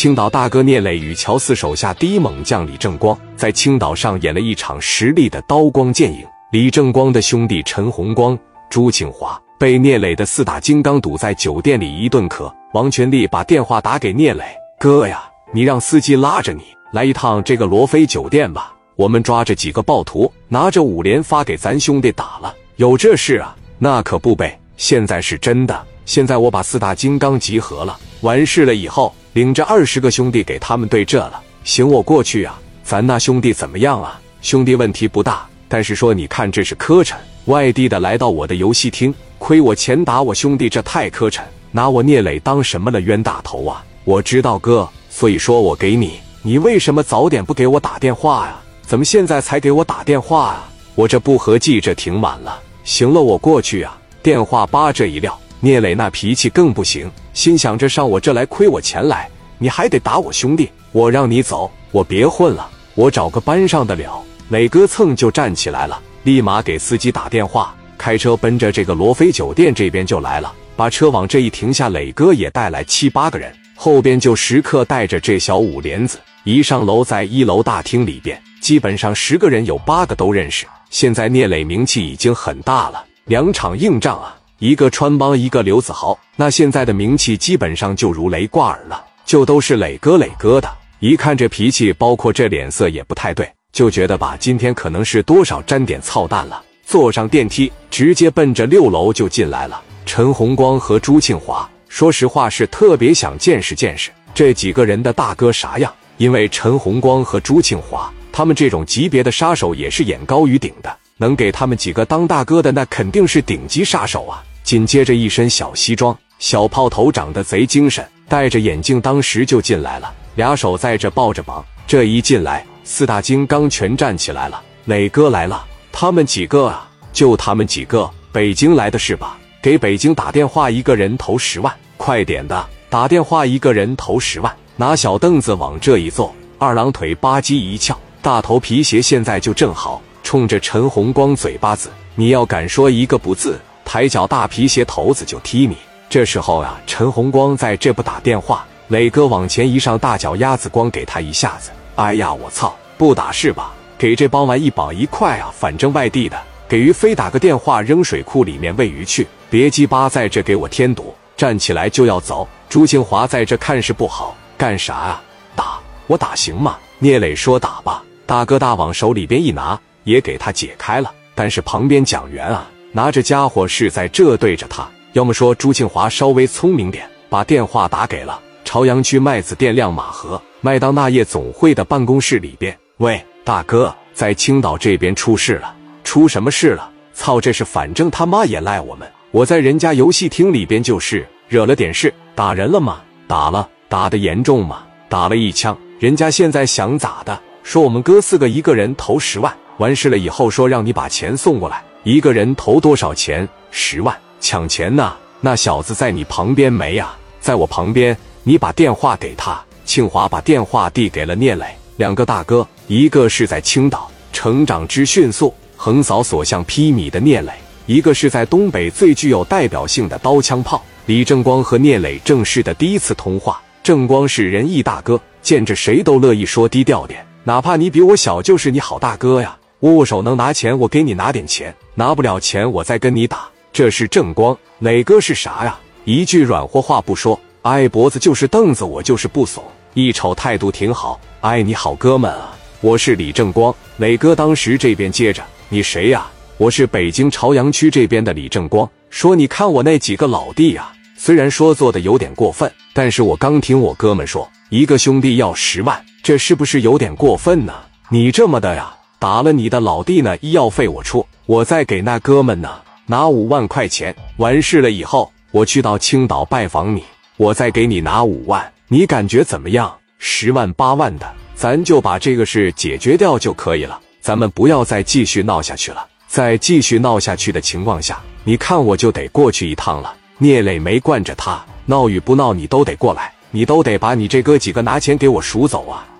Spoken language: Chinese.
青岛大哥聂磊与乔四手下第一猛将李正光在青岛上演了一场实力的刀光剑影。李正光的兄弟陈洪光、朱庆华被聂磊的四大金刚堵在酒店里一顿磕。王全利把电话打给聂磊：“哥呀，你让司机拉着你来一趟这个罗非酒店吧，我们抓着几个暴徒，拿着5连发给咱兄弟打了。”“有这事啊？那可不呗，现在是真的。现在我把四大金刚集合了，完事了以后领着20个兄弟给他们对这了。行，我过去啊。咱那兄弟怎么样啊？”“兄弟问题不大，但是说你看这是磕碜，外地的来到我的游戏厅，亏我钱打我兄弟，这太磕碜，拿我聂磊当什么了？冤大头啊！”“我知道哥，所以说我给你，你为什么早点不给我打电话呀？怎么现在才给我打电话啊？我这不合计，这挺晚了。行了，我过去啊。”电话叭这一撂，聂磊那脾气更不行，心想着上我这来亏我钱来，你还得打我兄弟，我让你走，我别混了，我找个班上的了。磊哥蹭就站起来了，立马给司机打电话，开车奔着这个罗非酒店这边就来了，把车往这一停下，磊哥也带来7、8个人，后边就时刻带着这小5连子。一上楼，在1楼大厅里边，基本上10个人有8个都认识。现在聂磊名气已经很大了，2场硬仗啊，一个川帮，一个刘子豪，那现在的名气基本上就如雷贯耳了，就都是磊哥的。一看这脾气，包括这脸色也不太对，就觉得吧，今天可能是多少沾点操蛋了。坐上电梯，直接奔着6楼就进来了。陈洪光和朱庆华，说实话是特别想见识见识这几个人的大哥啥样，因为陈洪光和朱庆华他们这种级别的杀手也是眼高于顶的，能给他们几个当大哥的那肯定是顶级杀手啊。紧接着一身小西装，小炮头长得贼精神，戴着眼镜，当时就进来了，俩手在这抱着膀。这一进来，4大金刚全站起来了。磊哥来了，他们几个啊，就他们几个，北京来的是吧？给北京打电话，一个人投10万，快点的，打电话一个人投10万，拿小凳子往这一坐，二郎腿吧唧一翘，大头皮鞋现在就正好，冲着陈洪光嘴巴子，你要敢说一个不字，抬脚大皮鞋头子就踢你。这时候啊，陈洪光在这不打电话，磊哥往前一上，大脚丫子光给他一下子，哎呀我操，不打是吧？给这帮玩一绑一块啊，反正外地的，给于飞打个电话扔水库里面喂鱼去，别鸡巴在这给我添堵。站起来就要走，朱庆华在这看势不好，干啥啊？打，我打行吗？聂磊说打吧，大哥大往手里边一拿，也给他解开了。但是旁边蒋元啊，拿着家伙是在这对着他。要么说朱庆华稍微聪明点，把电话打给了朝阳区麦子店亮马河麦当娜业总会的办公室里边。喂，大哥，在青岛这边出事了。出什么事了？操，这是反正他妈也赖我们。我在人家游戏厅里边就是惹了点事。打人了吗？打了。打得严重吗？打了1枪。人家现在想咋的？说我们哥4个一个人投10万，完事了以后说让你把钱送过来，一个人投多少钱？10万。抢钱呐？那小子在你旁边没啊？在我旁边，你把电话给他。庆华把电话递给了聂磊。2个大哥，一个是在青岛成长之迅速横扫所向披靡的聂磊，一个是在东北最具有代表性的刀枪炮。李正光和聂磊正式的第一次通话。正光是仁义大哥，见着谁都乐意说低调点，哪怕你比我小，就是你好大哥呀。握手能拿钱，我给你拿点钱，拿不了钱我再跟你打。这是正光。磊哥是啥呀？一句软和话不说，挨脖子就是凳子，我就是不怂。一瞅态度挺好，哎，你好哥们啊，我是李正光。磊哥当时这边接着，你谁呀？我是北京朝阳区这边的李正光。说你看我那几个老弟啊，虽然说做的有点过分，但是我刚听我哥们说，一个兄弟要10万，这是不是有点过分呢？你这么的呀，打了你的老弟呢，医药费我出，我再给那哥们呢拿5万块钱，完事了以后，我去到青岛拜访你，我再给你拿5万，你感觉怎么样？10万8万的，咱就把这个事解决掉就可以了，咱们不要再继续闹下去了。再继续闹下去的情况下，你看我就得过去一趟了。聂磊没惯着他，闹与不闹你都得过来，你都得把你这哥几个拿钱给我赎走啊。